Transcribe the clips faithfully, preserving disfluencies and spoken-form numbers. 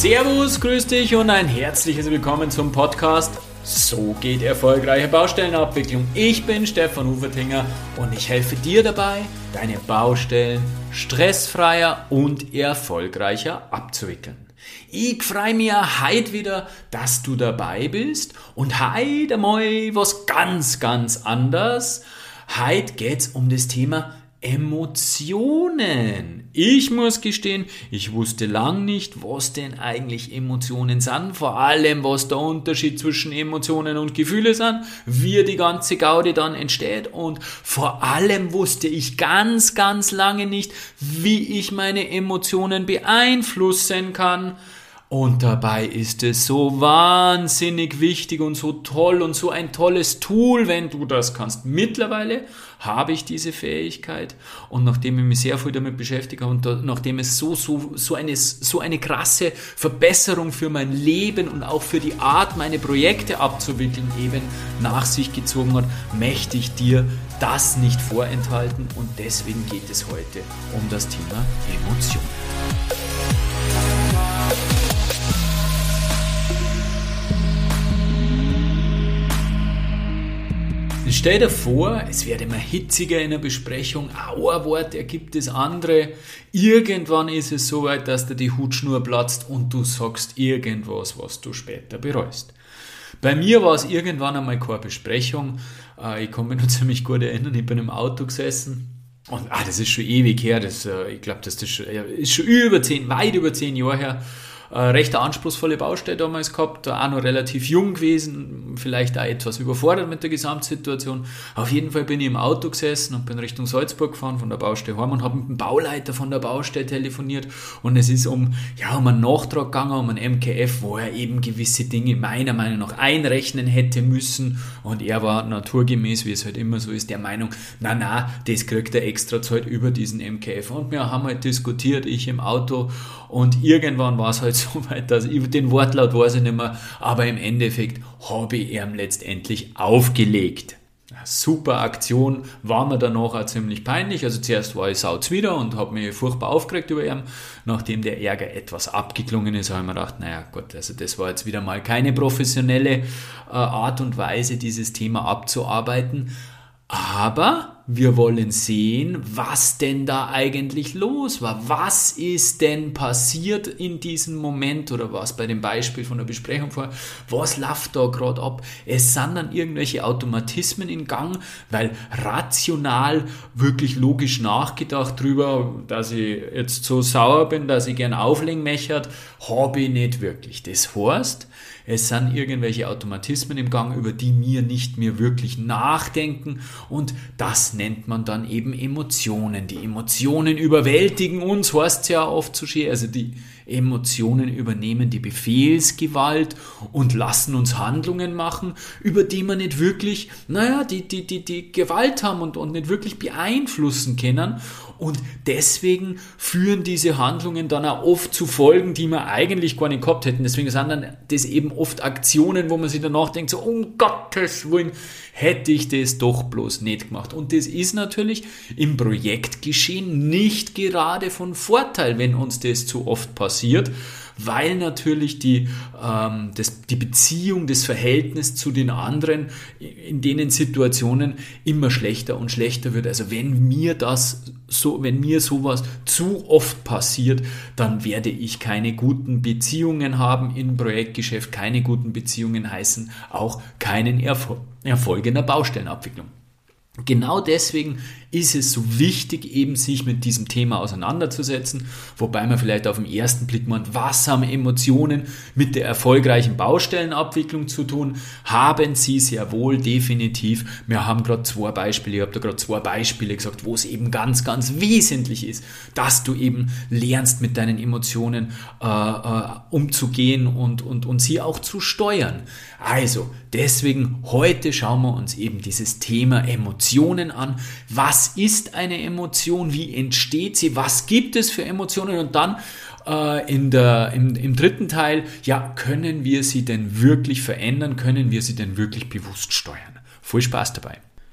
Servus, grüß dich und ein herzliches Willkommen zum Podcast So geht erfolgreiche Baustellenabwicklung. Ich bin Stefan Hufertinger und ich helfe dir dabei, deine Baustellen stressfreier und erfolgreicher abzuwickeln. Ich freue mich heute wieder, dass du dabei bist und heute mal was ganz, ganz anderes. Heute geht's um das Thema Emotionen. Ich muss gestehen, ich wusste lang nicht, was denn eigentlich Emotionen sind, vor allem was der Unterschied zwischen Emotionen und Gefühle sind, wie die ganze Gaudi dann entsteht und vor allem wusste ich ganz, ganz lange nicht, wie ich meine Emotionen beeinflussen kann. Und dabei ist es so wahnsinnig wichtig und so toll und so ein tolles Tool, wenn du das kannst. Mittlerweile habe ich diese Fähigkeit und nachdem ich mich sehr viel damit beschäftige und nachdem es so, so, so, eine, so eine krasse Verbesserung für mein Leben und auch für die Art, meine Projekte abzuwickeln, eben nach sich gezogen hat, möchte ich dir das nicht vorenthalten und deswegen geht es heute um das Thema Emotionen. Stell dir vor, es wird immer hitziger in der Besprechung, ein Wort ergibt das andere. Irgendwann ist es soweit, dass dir die Hutschnur platzt und du sagst irgendwas, was du später bereust. Bei mir war es irgendwann einmal keine Besprechung. Ich kann mich noch ziemlich gut erinnern, ich bin im Auto gesessen. Und ah, das ist schon ewig her, das, ich glaube, das ist schon, ist schon über zehn, weit über zehn Jahre her. Äh, recht anspruchsvolle Baustelle damals gehabt, auch noch relativ jung gewesen, vielleicht auch etwas überfordert mit der Gesamtsituation. Auf jeden Fall bin ich im Auto gesessen und bin Richtung Salzburg gefahren von der Baustelle heim und habe mit dem Bauleiter von der Baustelle telefoniert und es ist um, ja, um einen Nachtrag gegangen, um einen M K F, wo er eben gewisse Dinge meiner Meinung nach einrechnen hätte müssen und er war naturgemäß, wie es halt immer so ist, der Meinung, na na, das kriegt er extra Zeit über diesen M K F und wir haben halt diskutiert, ich im Auto und irgendwann war es halt so weit, dass ich den Wortlaut weiß ich nicht mehr, aber im Endeffekt habe ich ihm letztendlich aufgelegt. Super Aktion, war mir danach auch ziemlich peinlich, also zuerst war ich sauz wieder und habe mich furchtbar aufgeregt über ihn, nachdem der Ärger etwas abgeklungen ist, habe ich mir gedacht, naja Gott, also das war jetzt wieder mal keine professionelle äh, Art und Weise, dieses Thema abzuarbeiten, aber wir wollen sehen, was denn da eigentlich los war. Was ist denn passiert in diesem Moment oder was bei dem Beispiel von der Besprechung vor? Was läuft da gerade ab? Es sind dann irgendwelche Automatismen in Gang, weil rational, wirklich logisch nachgedacht drüber, dass ich jetzt so sauer bin, dass ich gern auflegen möchte, habe ich nicht wirklich. Das heißt, es sind irgendwelche Automatismen im Gang, über die wir nicht mehr wirklich nachdenken und das nennt man dann eben Emotionen. Die Emotionen überwältigen uns, heißt es ja oft so schön, also die Emotionen übernehmen die Befehlsgewalt und lassen uns Handlungen machen, über die man nicht wirklich, naja, die, die, die, die Gewalt haben und, und nicht wirklich beeinflussen können. Und deswegen führen diese Handlungen dann auch oft zu Folgen, die wir eigentlich gar nicht gehabt hätten. Deswegen sind dann das eben oft Aktionen, wo man sich danach denkt, so um Gottes Willen, hätte ich das doch bloß nicht gemacht. Und das ist natürlich im Projektgeschehen nicht gerade von Vorteil, wenn uns das zu oft passiert, weil natürlich die, ähm, das, die Beziehung, das Verhältnis zu den anderen in denen Situationen immer schlechter und schlechter wird. Also wenn mir das so, wenn mir sowas zu oft passiert, dann werde ich keine guten Beziehungen haben im Projektgeschäft. Keine guten Beziehungen heißen auch keinen Erfolg, Erfolg in der Baustellenabwicklung. Genau deswegen ist es so wichtig, eben sich mit diesem Thema auseinanderzusetzen, wobei man vielleicht auf den ersten Blick meint, was haben Emotionen mit der erfolgreichen Baustellenabwicklung zu tun? Haben sie sehr wohl, definitiv. Wir haben gerade zwei Beispiele, ich habe da gerade zwei Beispiele gesagt, wo es eben ganz, ganz wesentlich ist, dass du eben lernst, mit deinen Emotionen äh, äh, umzugehen und, und, und sie auch zu steuern. Also, deswegen heute schauen wir uns eben dieses Thema Emotionen an. Was ist eine Emotion? Wie entsteht sie? Was gibt es für Emotionen? Und dann äh, in der, im, im dritten Teil, ja, können wir sie denn wirklich verändern? Können wir sie denn wirklich bewusst steuern? Viel Spaß dabei.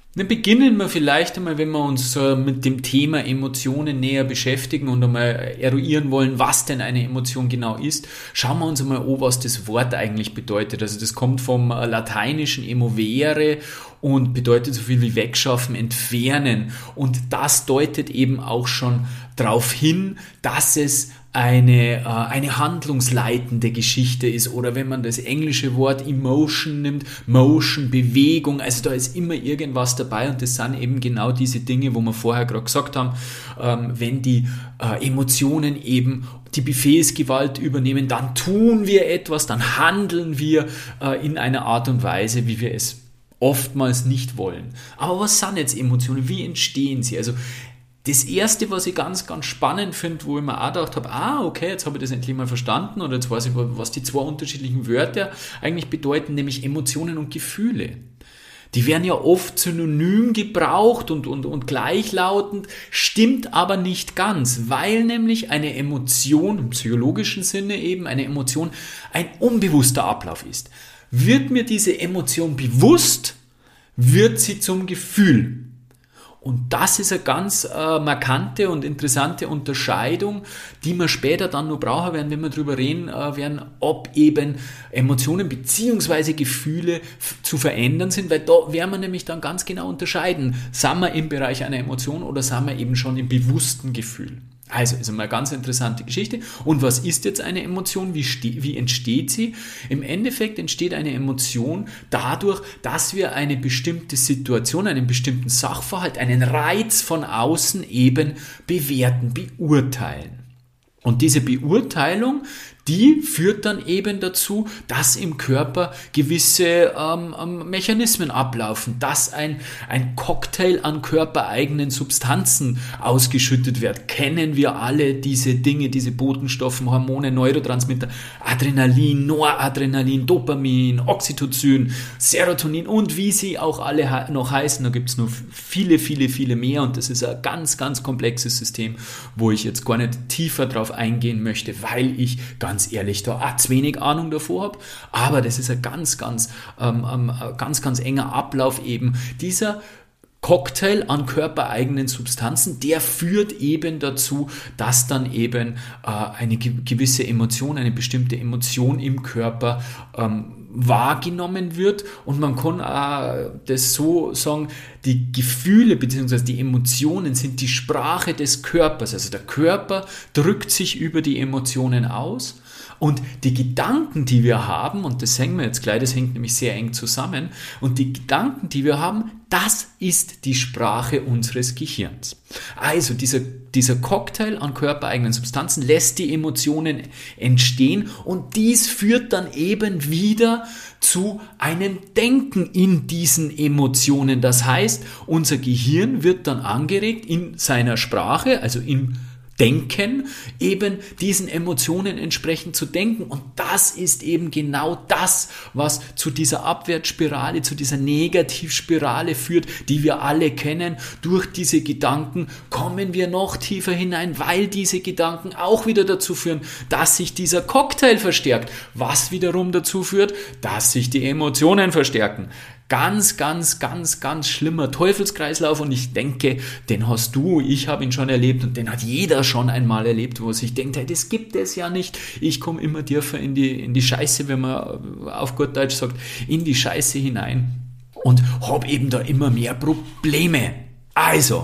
Dann beginnen wir vielleicht einmal, wenn wir uns äh, mit dem Thema Emotionen näher beschäftigen und einmal eruieren wollen, was denn eine Emotion genau ist. Schauen wir uns einmal an, was das Wort eigentlich bedeutet. Also das kommt vom äh, lateinischen emovere und bedeutet so viel wie wegschaffen, entfernen. Und das deutet eben auch schon darauf hin, dass es eine, äh, eine handlungsleitende Geschichte ist, oder wenn man das englische Wort Emotion nimmt, Motion, Bewegung, also da ist immer irgendwas dabei, und das sind eben genau diese Dinge, wo wir vorher gerade gesagt haben, ähm, wenn die äh, Emotionen eben die Befehlsgewalt übernehmen, dann tun wir etwas, dann handeln wir äh, in einer Art und Weise, wie wir es oftmals nicht wollen. Aber was sind jetzt Emotionen? Wie entstehen sie? Also das Erste, was ich ganz, ganz spannend finde, wo ich mir auch gedacht habe, ah, okay, jetzt habe ich das endlich mal verstanden, oder jetzt weiß ich, was die zwei unterschiedlichen Wörter eigentlich bedeuten, nämlich Emotionen und Gefühle. Die werden ja oft synonym gebraucht und, und, und gleichlautend, stimmt aber nicht ganz, weil nämlich eine Emotion, im psychologischen Sinne eben, eine Emotion ein unbewusster Ablauf ist. Wird mir diese Emotion bewusst, wird sie zum Gefühl. Und das ist eine ganz äh, markante und interessante Unterscheidung, die wir später dann nur brauchen werden, wenn wir darüber reden äh, werden, ob eben Emotionen bzw. Gefühle f- zu verändern sind, weil da werden wir nämlich dann ganz genau unterscheiden, sind wir im Bereich einer Emotion oder sind wir eben schon im bewussten Gefühl. Also, ist einmal eine ganz interessante Geschichte. Und was ist jetzt eine Emotion? Wie, ste- wie entsteht sie? Im Endeffekt entsteht eine Emotion dadurch, dass wir eine bestimmte Situation, einen bestimmten Sachverhalt, einen Reiz von außen eben bewerten, beurteilen. Und diese Beurteilung, die führt dann eben dazu, dass im Körper gewisse ähm, Mechanismen ablaufen, dass ein, ein Cocktail an körpereigenen Substanzen ausgeschüttet wird. Kennen wir alle diese Dinge, diese Botenstoffe, Hormone, Neurotransmitter, Adrenalin, Noradrenalin, Dopamin, Oxytocin, Serotonin und wie sie auch alle noch heißen. Da gibt es noch viele, viele, viele mehr, und das ist ein ganz, ganz komplexes System, wo ich jetzt gar nicht tiefer drauf eingehen möchte, weil ich ganz ehrlich da auch zu wenig Ahnung davor habe, aber das ist ein ganz, ganz, ähm, ähm, ganz, ganz enger Ablauf eben. Dieser Cocktail an körpereigenen Substanzen, der führt eben dazu, dass dann eben äh, eine ge- gewisse Emotion, eine bestimmte Emotion im Körper ähm, wahrgenommen wird, und man kann auch das so sagen, die Gefühle bzw. die Emotionen sind die Sprache des Körpers, also der Körper drückt sich über die Emotionen aus. Und die Gedanken, die wir haben, und das sehen wir jetzt gleich, das hängt nämlich sehr eng zusammen, und die Gedanken, die wir haben, das ist die Sprache unseres Gehirns. Also dieser, dieser Cocktail an körpereigenen Substanzen lässt die Emotionen entstehen, und dies führt dann eben wieder zu einem Denken in diesen Emotionen. Das heißt, unser Gehirn wird dann angeregt in seiner Sprache, also im Denken, eben diesen Emotionen entsprechend zu denken. Und das ist eben genau das, was zu dieser Abwärtsspirale, zu dieser Negativspirale führt, die wir alle kennen. Durch diese Gedanken kommen wir noch tiefer hinein, weil diese Gedanken auch wieder dazu führen, dass sich dieser Cocktail verstärkt, was wiederum dazu führt, dass sich die Emotionen verstärken. Ganz, ganz, ganz, ganz schlimmer Teufelskreislauf, und ich denke, den hast du, ich habe ihn schon erlebt, und den hat jeder schon einmal erlebt, wo er sich denkt, hey, das gibt es ja nicht. Ich komme immer tiefer in die, in die Scheiße, wenn man auf gut Deutsch sagt, in die Scheiße hinein, und habe eben da immer mehr Probleme. Also,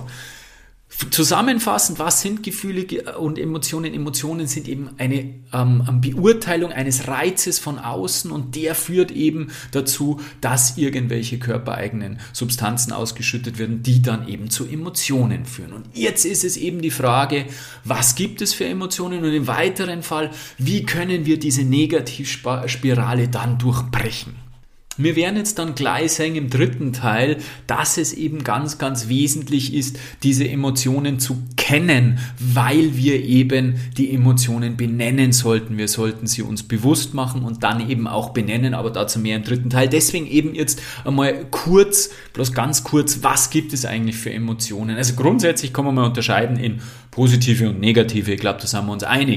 zusammenfassend, was sind Gefühle und Emotionen? Emotionen sind eben eine ähm, Beurteilung eines Reizes von außen, und der führt eben dazu, dass irgendwelche körpereigenen Substanzen ausgeschüttet werden, die dann eben zu Emotionen führen. Und jetzt ist es eben die Frage, was gibt es für Emotionen, und im weiteren Fall, wie können wir diese Negativspirale dann durchbrechen? Wir werden jetzt dann gleich sehen im dritten Teil, dass es eben ganz, ganz wesentlich ist, diese Emotionen zu kennen, weil wir eben die Emotionen benennen sollten. Wir sollten sie uns bewusst machen und dann eben auch benennen, aber dazu mehr im dritten Teil. Deswegen eben jetzt einmal kurz, bloß ganz kurz, was gibt es eigentlich für Emotionen? Also grundsätzlich kann man mal unterscheiden in positive und negative, ich glaube, da sind wir uns einig.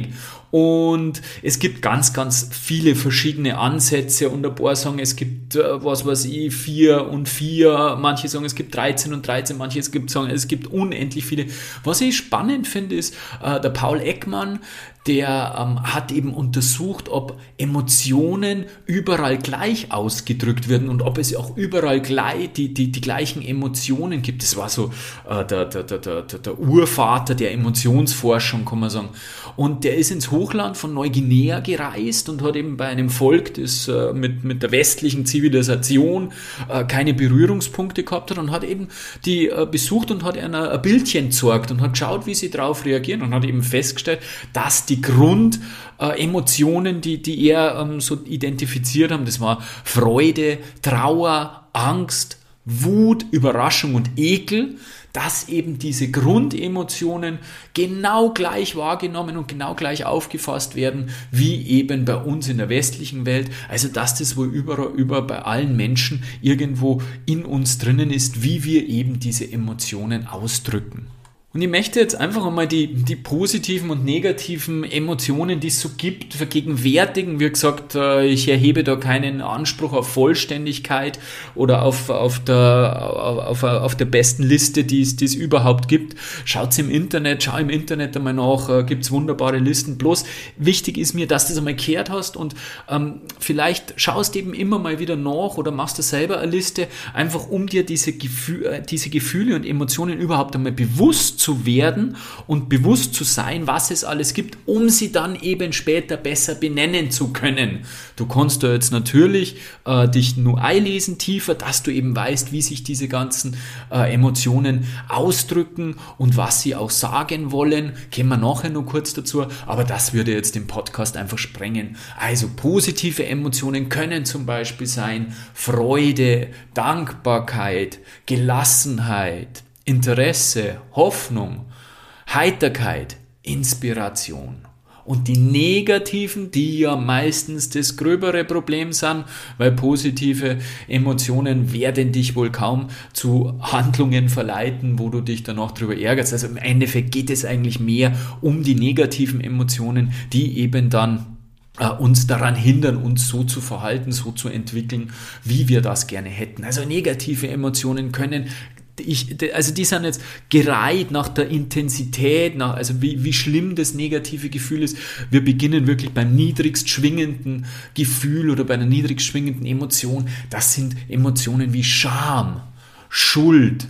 Und es gibt ganz, ganz viele verschiedene Ansätze und ein paar sagen, es gibt, äh, was weiß ich, vier und vier, manche sagen, es gibt dreizehn und dreizehn, manche es gibt, sagen, es gibt unendlich viele. Was ich spannend finde, ist, äh, der Paul Ekman, der ähm, hat eben untersucht, ob Emotionen überall gleich ausgedrückt werden und ob es auch überall gleich die, die, die gleichen Emotionen gibt. Das war so äh, der, der, der, der, der Urvater der Emotionsforschung, kann man sagen. Und der ist ins Hochland von Neuguinea gereist und hat eben bei einem Volk, das äh, mit, mit der westlichen Zivilisation äh, keine Berührungspunkte gehabt hat, und hat eben die äh, besucht und hat einer ein Bildchen gezeigt und hat geschaut, wie sie darauf reagieren, und hat eben festgestellt, dass die Grundemotionen, äh, die, die er ähm, so identifiziert haben, das war Freude, Trauer, Angst, Wut, Überraschung und Ekel, dass eben diese Grundemotionen genau gleich wahrgenommen und genau gleich aufgefasst werden, wie eben bei uns in der westlichen Welt. Also dass das wohl überall, über bei allen Menschen irgendwo in uns drinnen ist, wie wir eben diese Emotionen ausdrücken. Und ich möchte jetzt einfach einmal die, die positiven und negativen Emotionen, die es so gibt, vergegenwärtigen. Wie gesagt, ich erhebe da keinen Anspruch auf Vollständigkeit oder auf, auf, der, auf, auf der besten Liste, die es, die es überhaupt gibt. Schaut's im Internet, schau im Internet einmal nach, gibt's wunderbare Listen. Bloß wichtig ist mir, dass du das einmal gehört hast, und ähm, vielleicht schaust eben immer mal wieder nach oder machst du selber eine Liste, einfach um dir diese, Gefühl, diese Gefühle und Emotionen überhaupt einmal bewusst zu werden und bewusst zu sein, was es alles gibt, um sie dann eben später besser benennen zu können. Du kannst da jetzt natürlich äh, dich nur einlesen tiefer, dass du eben weißt, wie sich diese ganzen äh, Emotionen ausdrücken und was sie auch sagen wollen. Kommen wir nachher noch kurz dazu, aber das würde jetzt den Podcast einfach sprengen. Also positive Emotionen können zum Beispiel sein Freude, Dankbarkeit, Gelassenheit, Interesse, Hoffnung, Heiterkeit, Inspiration. Und die negativen, die ja meistens das gröbere Problem sind, weil positive Emotionen werden dich wohl kaum zu Handlungen verleiten, wo du dich danach drüber ärgerst. Also im Endeffekt geht es eigentlich mehr um die negativen Emotionen, die eben dann äh, uns daran hindern, uns so zu verhalten, so zu entwickeln, wie wir das gerne hätten. Also negative Emotionen können Ich, also die sind jetzt gereiht nach der Intensität, nach, also wie, wie schlimm das negative Gefühl ist. Wir beginnen wirklich beim niedrigst schwingenden Gefühl oder bei einer niedrigst schwingenden Emotion. Das sind Emotionen wie Scham, Schuld,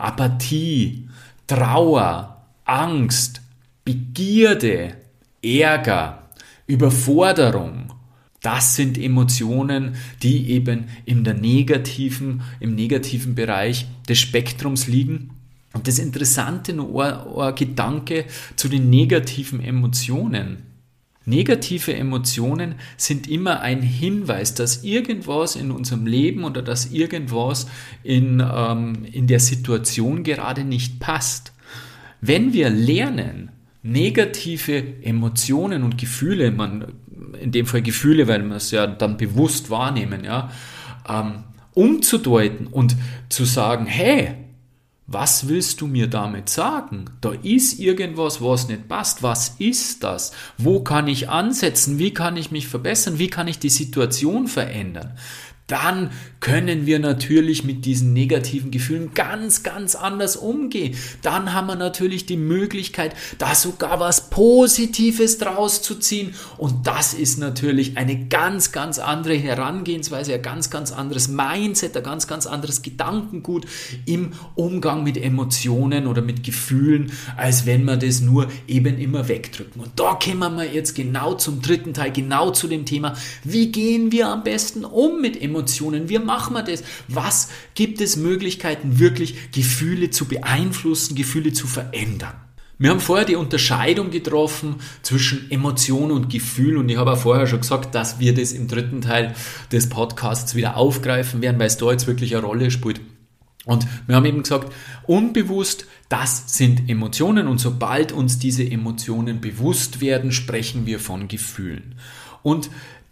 Apathie, Trauer, Angst, Begierde, Ärger, Überforderung. Das sind Emotionen, die eben in der negativen, im negativen Bereich des Spektrums liegen. Und das Interessante nur ein Gedanke zu den negativen Emotionen. Negative Emotionen sind immer ein Hinweis, dass irgendwas in unserem Leben oder dass irgendwas in, ähm, in der Situation gerade nicht passt. Wenn wir lernen, negative Emotionen und Gefühle, man, in dem Fall Gefühle, weil wir es ja dann bewusst wahrnehmen, ja, ähm, umzudeuten und zu sagen, hey, was willst du mir damit sagen? Da ist irgendwas, was nicht passt. Was ist das? Wo kann ich ansetzen? Wie kann ich mich verbessern? Wie kann ich die Situation verändern? Dann können wir natürlich mit diesen negativen Gefühlen ganz, ganz anders umgehen. Dann haben wir natürlich die Möglichkeit, da sogar was Positives draus zu ziehen. Und das ist natürlich eine ganz, ganz andere Herangehensweise, ein ganz, ganz anderes Mindset, ein ganz, ganz anderes Gedankengut im Umgang mit Emotionen oder mit Gefühlen, als wenn wir das nur eben immer wegdrücken. Und da kommen wir jetzt genau zum dritten Teil, genau zu dem Thema, wie gehen wir am besten um mit Emotionen? Emotionen. Wie machen wir das? Was gibt es Möglichkeiten, wirklich Gefühle zu beeinflussen, Gefühle zu verändern? Wir haben vorher die Unterscheidung getroffen zwischen Emotion und Gefühl, und ich habe auch vorher schon gesagt, dass wir das im dritten Teil des Podcasts wieder aufgreifen werden, weil es da jetzt wirklich eine Rolle spielt. Und wir haben eben gesagt, unbewusst, das sind Emotionen, und sobald uns diese Emotionen bewusst werden, sprechen wir von Gefühlen. Und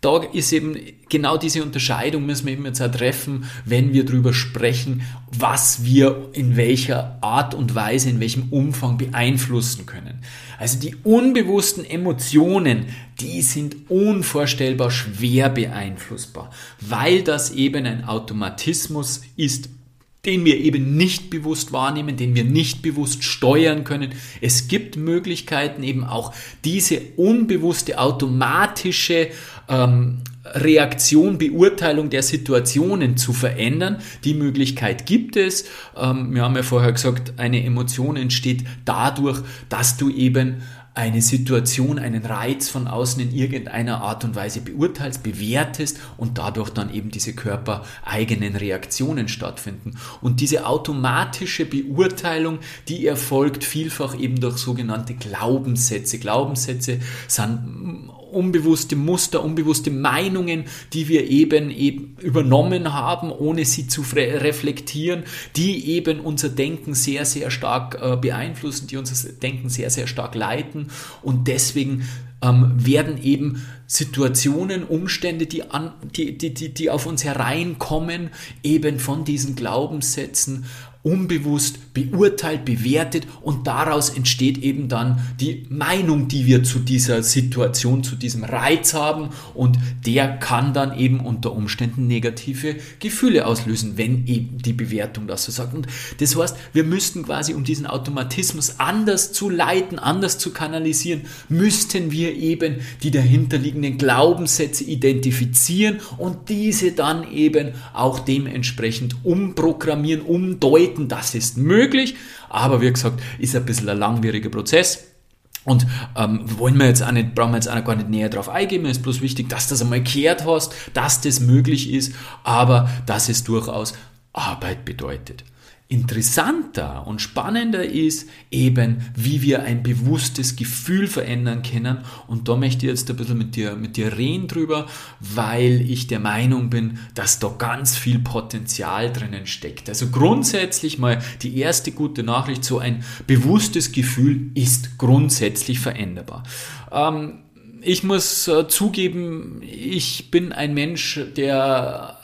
da ist eben genau diese Unterscheidung, müssen wir eben jetzt auch treffen, wenn wir darüber sprechen, was wir in welcher Art und Weise, in welchem Umfang beeinflussen können. Also die unbewussten Emotionen, die sind unvorstellbar schwer beeinflussbar, weil das eben ein Automatismus ist, den wir eben nicht bewusst wahrnehmen, den wir nicht bewusst steuern können. Es gibt Möglichkeiten, eben auch diese unbewusste, automatische ähm, Reaktion, Beurteilung der Situationen zu verändern. Die Möglichkeit gibt es. Ähm, wir haben ja vorher gesagt, eine Emotion entsteht dadurch, dass du eben eine Situation, einen Reiz von außen in irgendeiner Art und Weise beurteilst, bewertest und dadurch dann eben diese körpereigenen Reaktionen stattfinden. Und diese automatische Beurteilung, die erfolgt vielfach eben durch sogenannte Glaubenssätze. Glaubenssätze sind unbewusste Muster, unbewusste Meinungen, die wir eben, eben übernommen haben, ohne sie zu reflektieren, die eben unser Denken sehr, sehr stark äh, beeinflussen, die unser Denken sehr, sehr stark leiten und deswegen ähm, werden eben Situationen, Umstände, die, an, die, die, die, die auf uns hereinkommen, eben von diesen Glaubenssätzen unbewusst beurteilt, bewertet und daraus entsteht eben dann die Meinung, die wir zu dieser Situation, zu diesem Reiz haben und der kann dann eben unter Umständen negative Gefühle auslösen, wenn eben die Bewertung das so sagt. Und das heißt, wir müssten quasi, um diesen Automatismus anders zu leiten, anders zu kanalisieren, müssten wir eben die dahinterliegenden Glaubenssätze identifizieren und diese dann eben auch dementsprechend umprogrammieren, umdeuten. Das ist möglich, aber wie gesagt, ist ein bisschen ein langwieriger Prozess. Und ähm, wollen wir jetzt auch nicht, brauchen wir jetzt auch gar nicht näher drauf eingehen, es ist bloß wichtig, dass du das einmal gehört hast, dass das möglich ist, aber dass es durchaus Arbeit bedeutet. Interessanter und spannender ist eben, wie wir ein bewusstes Gefühl verändern können und da möchte ich jetzt ein bisschen mit dir, mit dir reden drüber, weil ich der Meinung bin, dass da ganz viel Potenzial drinnen steckt. Also grundsätzlich mal die erste gute Nachricht, so ein bewusstes Gefühl ist grundsätzlich veränderbar. Ähm, ich muss äh, zugeben, ich bin ein Mensch, der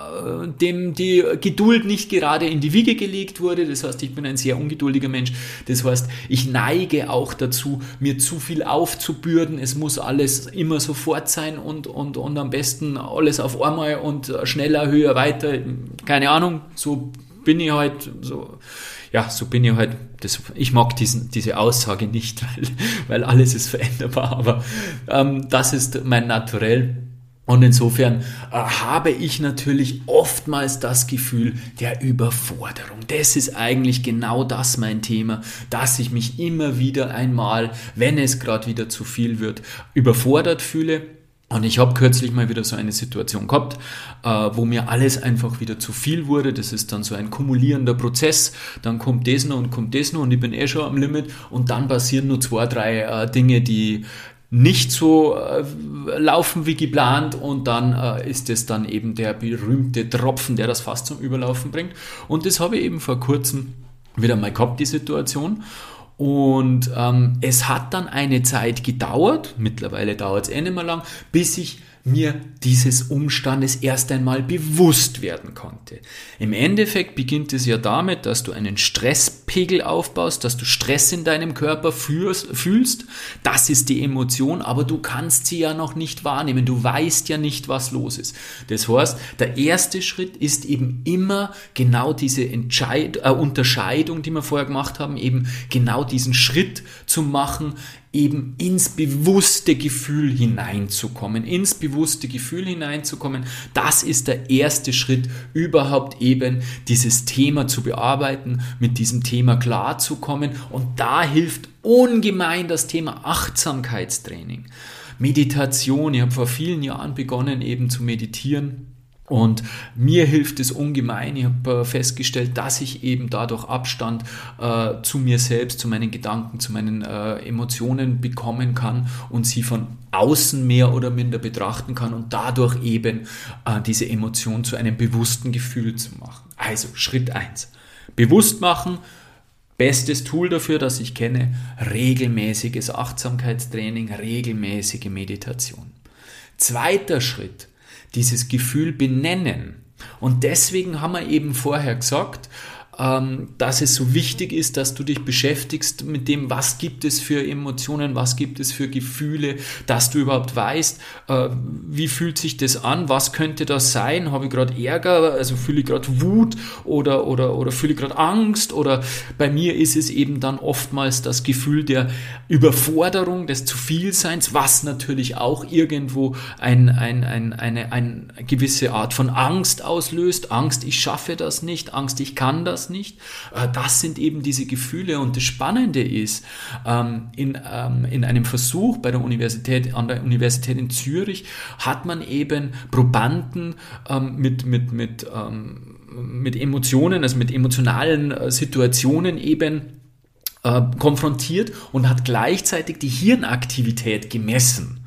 dem die Geduld nicht gerade in die Wiege gelegt wurde. Das heißt, ich bin ein sehr ungeduldiger Mensch. Das heißt, ich neige auch dazu, mir zu viel aufzubürden. Es muss alles immer sofort sein und, und, und am besten alles auf einmal und schneller, höher, weiter. Keine Ahnung, so bin ich halt, so, ja, so bin ich halt. Das, ich mag diesen, diese Aussage nicht, weil, weil alles ist veränderbar, aber ähm, das ist mein Naturell. Und insofern äh, habe ich natürlich oftmals das Gefühl der Überforderung. Das ist eigentlich genau das mein Thema, dass ich mich immer wieder einmal, wenn es gerade wieder zu viel wird, überfordert fühle. Und ich habe kürzlich mal wieder so eine Situation gehabt, äh, wo mir alles einfach wieder zu viel wurde. Das ist dann so ein kumulierender Prozess. Dann kommt das noch und kommt das noch und ich bin eh schon am Limit. Und dann passieren nur zwei, drei äh, Dinge, die nicht so äh, laufen wie geplant und dann äh, ist es dann eben der berühmte Tropfen, der das Fass zum Überlaufen bringt. Und das habe ich eben vor kurzem wieder mal gehabt, die Situation. Und ähm, es hat dann eine Zeit gedauert, mittlerweile dauert es eh nicht mehr lang, bis ich mir dieses Umstandes erst einmal bewusst werden konnte. Im Endeffekt beginnt es ja damit, dass du einen Stresspegel aufbaust, dass du Stress in deinem Körper fühlst. Das ist die Emotion, aber du kannst sie ja noch nicht wahrnehmen. Du weißt ja nicht, was los ist. Das heißt, der erste Schritt ist eben immer genau diese Entscheid- äh, Unterscheidung, die wir vorher gemacht haben, eben genau diesen Schritt zu machen, eben ins bewusste Gefühl hineinzukommen, ins bewusste Gefühl hineinzukommen, das ist der erste Schritt, überhaupt eben dieses Thema zu bearbeiten, mit diesem Thema klarzukommen und da hilft ungemein das Thema Achtsamkeitstraining, Meditation. Ich habe vor vielen Jahren begonnen eben zu meditieren. Und mir hilft es ungemein. Ich habe äh, festgestellt, dass ich eben dadurch Abstand äh, zu mir selbst, zu meinen Gedanken, zu meinen äh, Emotionen bekommen kann und sie von außen mehr oder minder betrachten kann und dadurch eben äh, diese Emotion zu einem bewussten Gefühl zu machen. Also Schritt eins. Bewusst machen. Bestes Tool dafür, das ich kenne, regelmäßiges Achtsamkeitstraining, regelmäßige Meditation. Zweiter Schritt, dieses Gefühl benennen. Und deswegen haben wir eben vorher gesagt, dass es so wichtig ist, dass du dich beschäftigst mit dem, was gibt es für Emotionen, was gibt es für Gefühle, dass du überhaupt weißt, wie fühlt sich das an, was könnte das sein, habe ich gerade Ärger, also fühle ich gerade Wut oder, oder, oder fühle ich gerade Angst, oder bei mir ist es eben dann oftmals das Gefühl der Überforderung, des Zuvielseins, was natürlich auch irgendwo ein, ein, ein, eine, eine gewisse Art von Angst auslöst. Angst, ich schaffe das nicht, Angst, ich kann das nicht. Das sind eben diese Gefühle, und das Spannende ist, in, in einem Versuch bei der Universität, an der Universität in Zürich hat man eben Probanden mit, mit, mit, mit Emotionen, also mit emotionalen Situationen eben konfrontiert und hat gleichzeitig die Hirnaktivität gemessen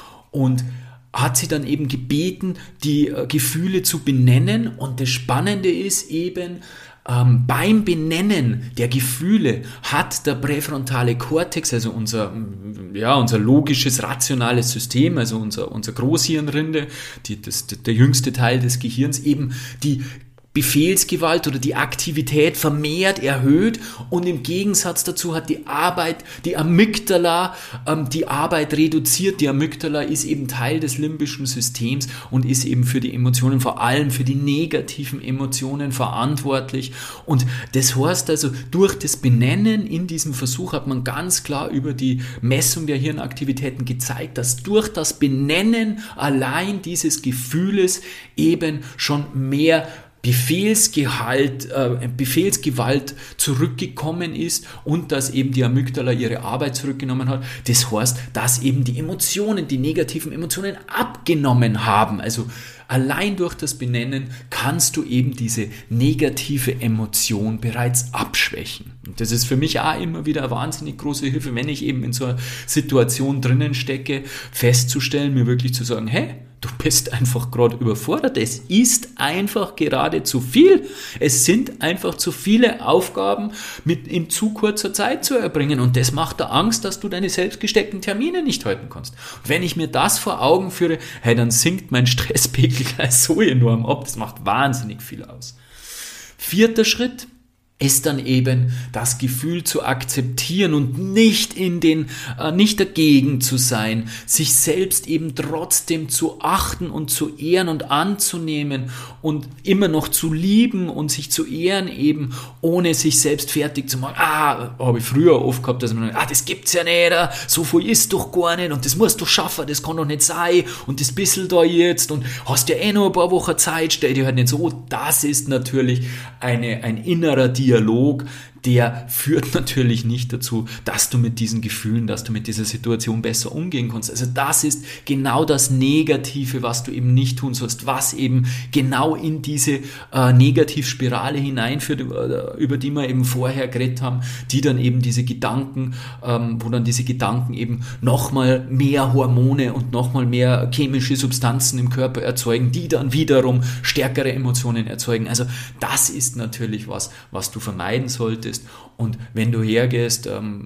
und hat sie dann eben gebeten, die äh, Gefühle zu benennen. Und das Spannende ist eben, ähm, beim Benennen der Gefühle hat der präfrontale Kortex, also unser, ja, unser logisches, rationales System, also unser, unser Großhirnrinde, die, das, der jüngste Teil des Gehirns, eben die Befehlsgewalt oder die Aktivität vermehrt erhöht, und im Gegensatz dazu hat die Arbeit, die Amygdala, ähm, die Arbeit reduziert. Die Amygdala ist eben Teil des limbischen Systems und ist eben für die Emotionen, vor allem für die negativen Emotionen verantwortlich. Und das heißt also, durch das Benennen in diesem Versuch hat man ganz klar über die Messung der Hirnaktivitäten gezeigt, dass durch das Benennen allein dieses Gefühles eben schon mehr Befehlsgehalt, äh, Befehlsgewalt zurückgekommen ist und dass eben die Amygdala ihre Arbeit zurückgenommen hat. Das heißt, dass eben die Emotionen, die negativen Emotionen abgenommen haben. Also allein durch das Benennen kannst du eben diese negative Emotion bereits abschwächen. Und das ist für mich auch immer wieder eine wahnsinnig große Hilfe, wenn ich eben in so einer Situation drinnen stecke, festzustellen, mir wirklich zu sagen, hey, du bist einfach gerade überfordert. Es ist einfach gerade zu viel. Es sind einfach zu viele Aufgaben mit in zu kurzer Zeit zu erbringen. Und das macht dir Angst, dass du deine selbst gesteckten Termine nicht halten kannst. Und wenn ich mir das vor Augen führe, hey, dann sinkt mein Stresspegel gleich so enorm ab. Das macht wahnsinnig viel aus. Vierter Schritt ist dann eben das Gefühl zu akzeptieren und nicht in den, äh, nicht dagegen zu sein, sich selbst eben trotzdem zu achten und zu ehren und anzunehmen und immer noch zu lieben und sich zu ehren eben, ohne sich selbst fertig zu machen. Ah, habe ich früher oft gehabt, dass man, ah, das gibt's ja nicht, so viel ist doch gar nicht und das musst du schaffen, das kann doch nicht sein und das bisschen da jetzt und hast ja eh noch ein paar Wochen Zeit, stell dir halt nicht so. Das ist natürlich eine, ein innerer Dialog. Dialog, der führt natürlich nicht dazu, dass du mit diesen Gefühlen, dass du mit dieser Situation besser umgehen kannst. Also das ist genau das Negative, was du eben nicht tun sollst, was eben genau in diese äh, Negativspirale hineinführt, über, über die wir eben vorher geredet haben, die dann eben diese Gedanken, ähm, wo dann diese Gedanken eben nochmal mehr Hormone und nochmal mehr chemische Substanzen im Körper erzeugen, die dann wiederum stärkere Emotionen erzeugen. Also das ist natürlich was, was du vermeiden solltest. Und wenn du hergehst,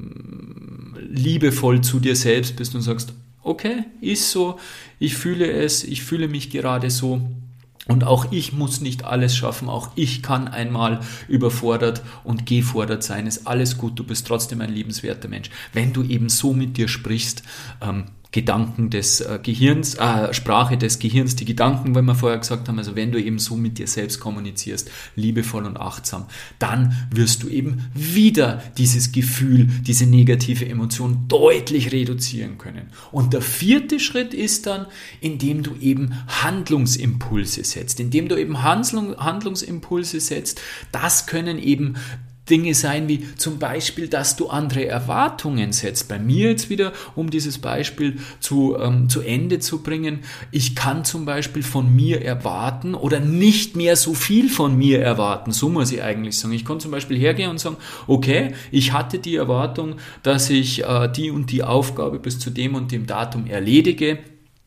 ähm, liebevoll zu dir selbst bist und sagst, okay, ist so, ich fühle es, ich fühle mich gerade so und auch ich muss nicht alles schaffen, auch ich kann einmal überfordert und gefordert sein, ist alles gut, du bist trotzdem ein liebenswerter Mensch. Wenn du eben so mit dir sprichst, ähm, Gedanken des äh, Gehirns, äh, Sprache des Gehirns, die Gedanken, wenn wir vorher gesagt haben, also wenn du eben so mit dir selbst kommunizierst, liebevoll und achtsam, dann wirst du eben wieder dieses Gefühl, diese negative Emotion deutlich reduzieren können. Und der vierte Schritt ist dann, indem du eben Handlungsimpulse setzt, indem du eben Handlung, Handlungsimpulse setzt, das können eben Dinge sein wie zum Beispiel, dass du andere Erwartungen setzt. Bei mir jetzt wieder, um dieses Beispiel zu, ähm, zu Ende zu bringen, ich kann zum Beispiel von mir erwarten oder nicht mehr so viel von mir erwarten, so muss ich eigentlich sagen. Ich kann zum Beispiel hergehen und sagen, okay, ich hatte die Erwartung, dass ich äh, die und die Aufgabe bis zu dem und dem Datum erledige.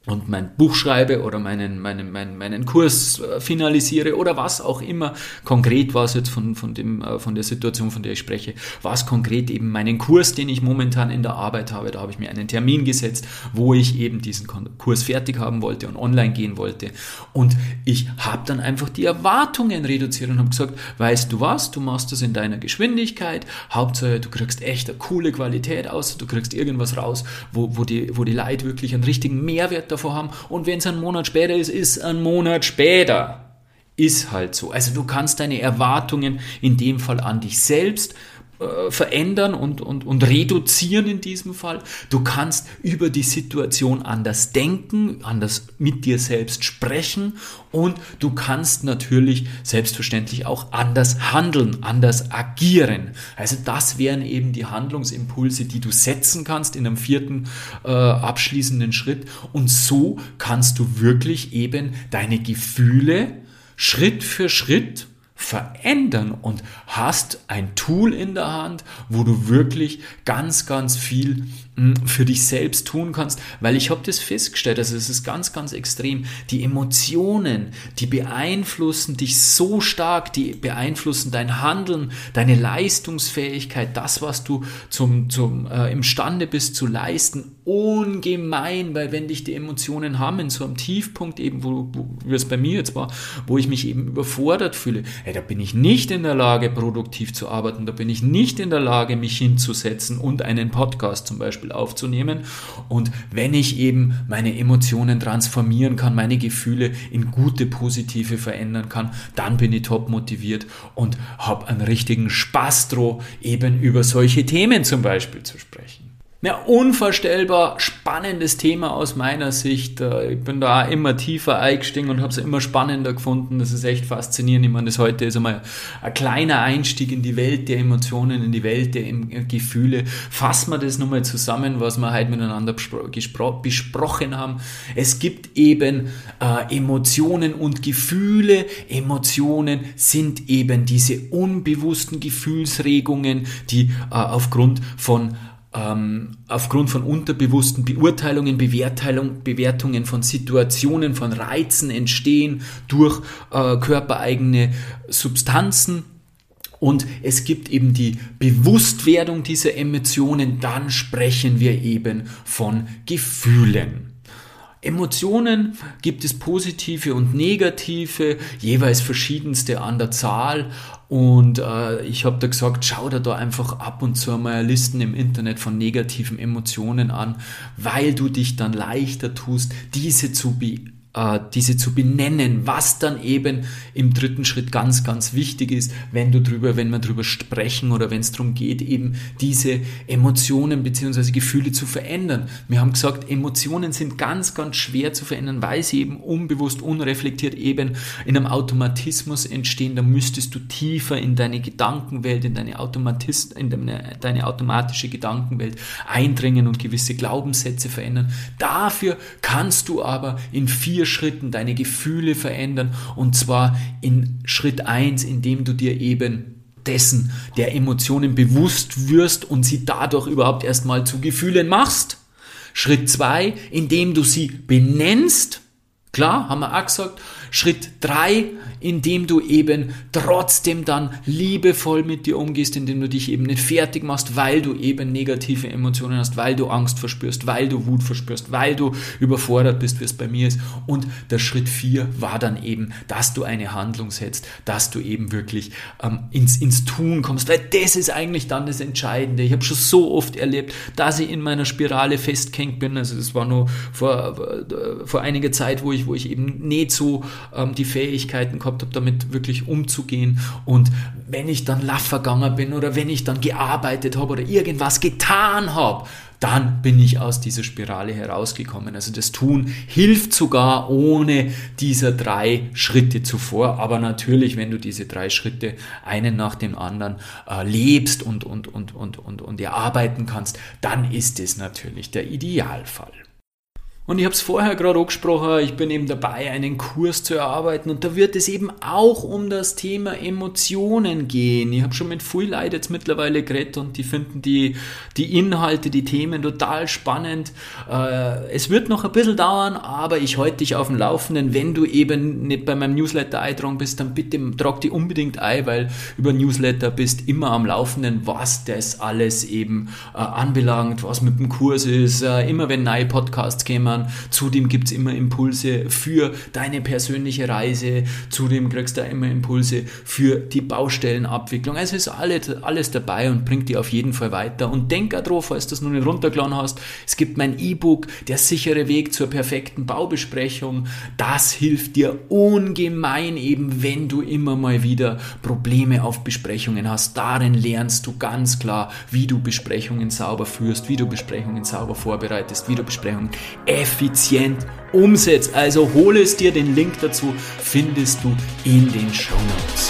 und mein Buch schreibe oder meinen, meinen, meinen, meinen Kurs finalisiere oder was auch immer. Konkret war es jetzt von, von, dem, von der Situation, von der ich spreche, war es konkret eben meinen Kurs, den ich momentan in der Arbeit habe. Da habe ich mir einen Termin gesetzt, wo ich eben diesen Kurs fertig haben wollte und online gehen wollte. Und ich habe dann einfach die Erwartungen reduziert und habe gesagt, weißt du was, du machst das in deiner Geschwindigkeit, Hauptsache du kriegst echt eine coole Qualität aus, du kriegst irgendwas raus, wo, wo, die, wo die Leute wirklich einen richtigen Mehrwert davor haben, und wenn es einen Monat später ist, ist ein Monat später. Ist halt so. Also du kannst deine Erwartungen in dem Fall an dich selbst äh, verändern und, und, und reduzieren in diesem Fall. Du kannst über die Situation anders denken, anders mit dir selbst sprechen, und du kannst natürlich selbstverständlich auch anders handeln, anders agieren. Also das wären eben die Handlungsimpulse, die du setzen kannst in einem vierten äh, abschließenden Schritt. Und so kannst du wirklich eben deine Gefühle Schritt für Schritt verändern und hast ein Tool in der Hand, wo du wirklich ganz, ganz viel mh, für dich selbst tun kannst, weil ich habe das festgestellt, also es ist ganz, ganz extrem, die Emotionen, die beeinflussen dich so stark, die beeinflussen dein Handeln, deine Leistungsfähigkeit, das, was du zum, zum, äh, imstande bist zu leisten, ungemein, weil wenn dich die Emotionen haben, in so einem Tiefpunkt eben, wo, wo wie es bei mir jetzt war, wo ich mich eben überfordert fühle, hey, da bin ich nicht in der Lage, produktiv zu arbeiten, da bin ich nicht in der Lage, mich hinzusetzen und einen Podcast zum Beispiel aufzunehmen. Und wenn ich eben meine Emotionen transformieren kann, meine Gefühle in gute, positive verändern kann, dann bin ich top motiviert und habe einen richtigen Spaß drauf, eben über solche Themen zum Beispiel zu sprechen. Ja, unvorstellbar spannendes Thema aus meiner Sicht. Ich bin da immer tiefer eingestiegen und habe es immer spannender gefunden. Das ist echt faszinierend. Ich meine, das heute ist einmal ein kleiner Einstieg in die Welt der Emotionen, in die Welt der Gefühle. Fassen wir das nochmal zusammen, was wir heute miteinander bespro- besprochen haben. Es gibt eben äh, Emotionen und Gefühle. Emotionen sind eben diese unbewussten Gefühlsregungen, die äh, aufgrund von aufgrund von unterbewussten Beurteilungen, Bewertung, Bewertungen von Situationen, von Reizen entstehen durch äh, körpereigene Substanzen. Und es gibt eben die Bewusstwerdung dieser Emotionen, dann sprechen wir eben von Gefühlen. Emotionen gibt es positive und negative, jeweils verschiedenste an der Zahl. Und äh, ich habe da gesagt, schau dir da einfach ab und zu mal Listen im Internet von negativen Emotionen an, weil du dich dann leichter tust, diese zu be diese zu benennen, was dann eben im dritten Schritt ganz, ganz wichtig ist, wenn du drüber, wenn wir drüber sprechen oder wenn es darum geht, eben diese Emotionen bzw. Gefühle zu verändern. Wir haben gesagt, Emotionen sind ganz, ganz schwer zu verändern, weil sie eben unbewusst, unreflektiert eben in einem Automatismus entstehen. Da müsstest du tiefer in deine Gedankenwelt, in deine Automatis, in deine, deine automatische Gedankenwelt eindringen und gewisse Glaubenssätze verändern. Dafür kannst du aber in vier Schritten deine Gefühle verändern, und zwar in Schritt eins, indem du dir eben dessen, der Emotionen bewusst wirst und sie dadurch überhaupt erstmal zu Gefühlen machst. Schritt zwei, indem du sie benennst. Klar, haben wir auch gesagt. Schritt drei, indem du eben trotzdem dann liebevoll mit dir umgehst, indem du dich eben nicht fertig machst, weil du eben negative Emotionen hast, weil du Angst verspürst, weil du Wut verspürst, weil du überfordert bist, wie es bei mir ist. Und der Schritt vier war dann eben, dass du eine Handlung setzt, dass du eben wirklich ähm, ins, ins Tun kommst, weil das ist eigentlich dann das Entscheidende. Ich habe schon so oft erlebt, dass ich in meiner Spirale festgehängt bin. Also das war nur vor, vor einiger Zeit, wo ich, wo ich eben nicht so ähm, die Fähigkeiten gehabt habe, damit wirklich umzugehen. Und wenn ich dann laff vergangen bin oder wenn ich dann gearbeitet habe oder irgendwas getan habe, dann bin ich aus dieser Spirale herausgekommen. Also das Tun hilft sogar ohne dieser drei Schritte zuvor. Aber natürlich, wenn du diese drei Schritte einen nach dem anderen äh, lebst und, und, und, und, und, und erarbeiten kannst, dann ist es natürlich der Idealfall. Und ich habe es vorher gerade angesprochen, ich bin eben dabei, einen Kurs zu erarbeiten und da wird es eben auch um das Thema Emotionen gehen. Ich habe schon mit vielen Leuten jetzt mittlerweile geredet und die finden die, die Inhalte, die Themen total spannend. Äh, es wird noch ein bisschen dauern, aber ich halte dich auf dem Laufenden. Wenn du eben nicht bei meinem Newsletter eingetragen bist, dann bitte trag die unbedingt ein, weil über Newsletter bist immer am Laufenden, was das alles eben äh, anbelangt, was mit dem Kurs ist, äh, immer wenn neue Podcasts kämen. Zudem gibt es immer Impulse für deine persönliche Reise. Zudem kriegst du immer Impulse für die Baustellenabwicklung. Also ist alles, alles dabei und bringt dir auf jeden Fall weiter. Und denk auch drauf, falls du das noch nicht runtergeladen hast, es gibt mein E-Book, der sichere Weg zur perfekten Baubesprechung. Das hilft dir ungemein eben, wenn du immer mal wieder Probleme auf Besprechungen hast. Darin lernst du ganz klar, wie du Besprechungen sauber führst, wie du Besprechungen sauber vorbereitest, wie du Besprechungen effizient umsetzt. Also hol es dir, den Link dazu findest du in den Shownotes.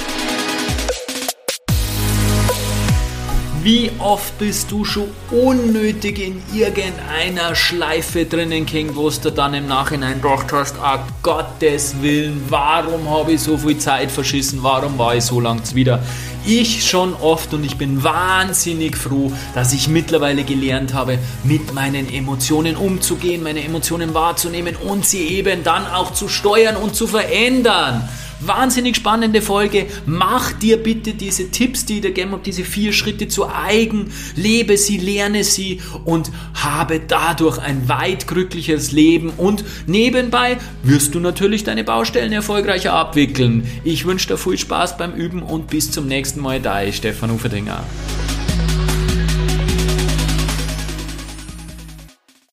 Wie oft bist du schon unnötig in irgendeiner Schleife drinnen gehängt, wo du dann im Nachhinein gedacht hast, ah Gottes Willen, warum habe ich so viel Zeit verschissen, warum war ich so lang wieder? Ich schon oft und ich bin wahnsinnig froh, dass ich mittlerweile gelernt habe, mit meinen Emotionen umzugehen, meine Emotionen wahrzunehmen und sie eben dann auch zu steuern und zu verändern. Wahnsinnig spannende Folge. Mach dir bitte diese Tipps, die ich dir gegeben habe, diese vier Schritte zu eigen, lebe sie, lerne sie und habe dadurch ein weit glücklicheres Leben und nebenbei wirst du natürlich deine Baustellen erfolgreicher abwickeln. Ich wünsche dir viel Spaß beim Üben und bis zum nächsten Mal. Dein Stefan Uferdinger.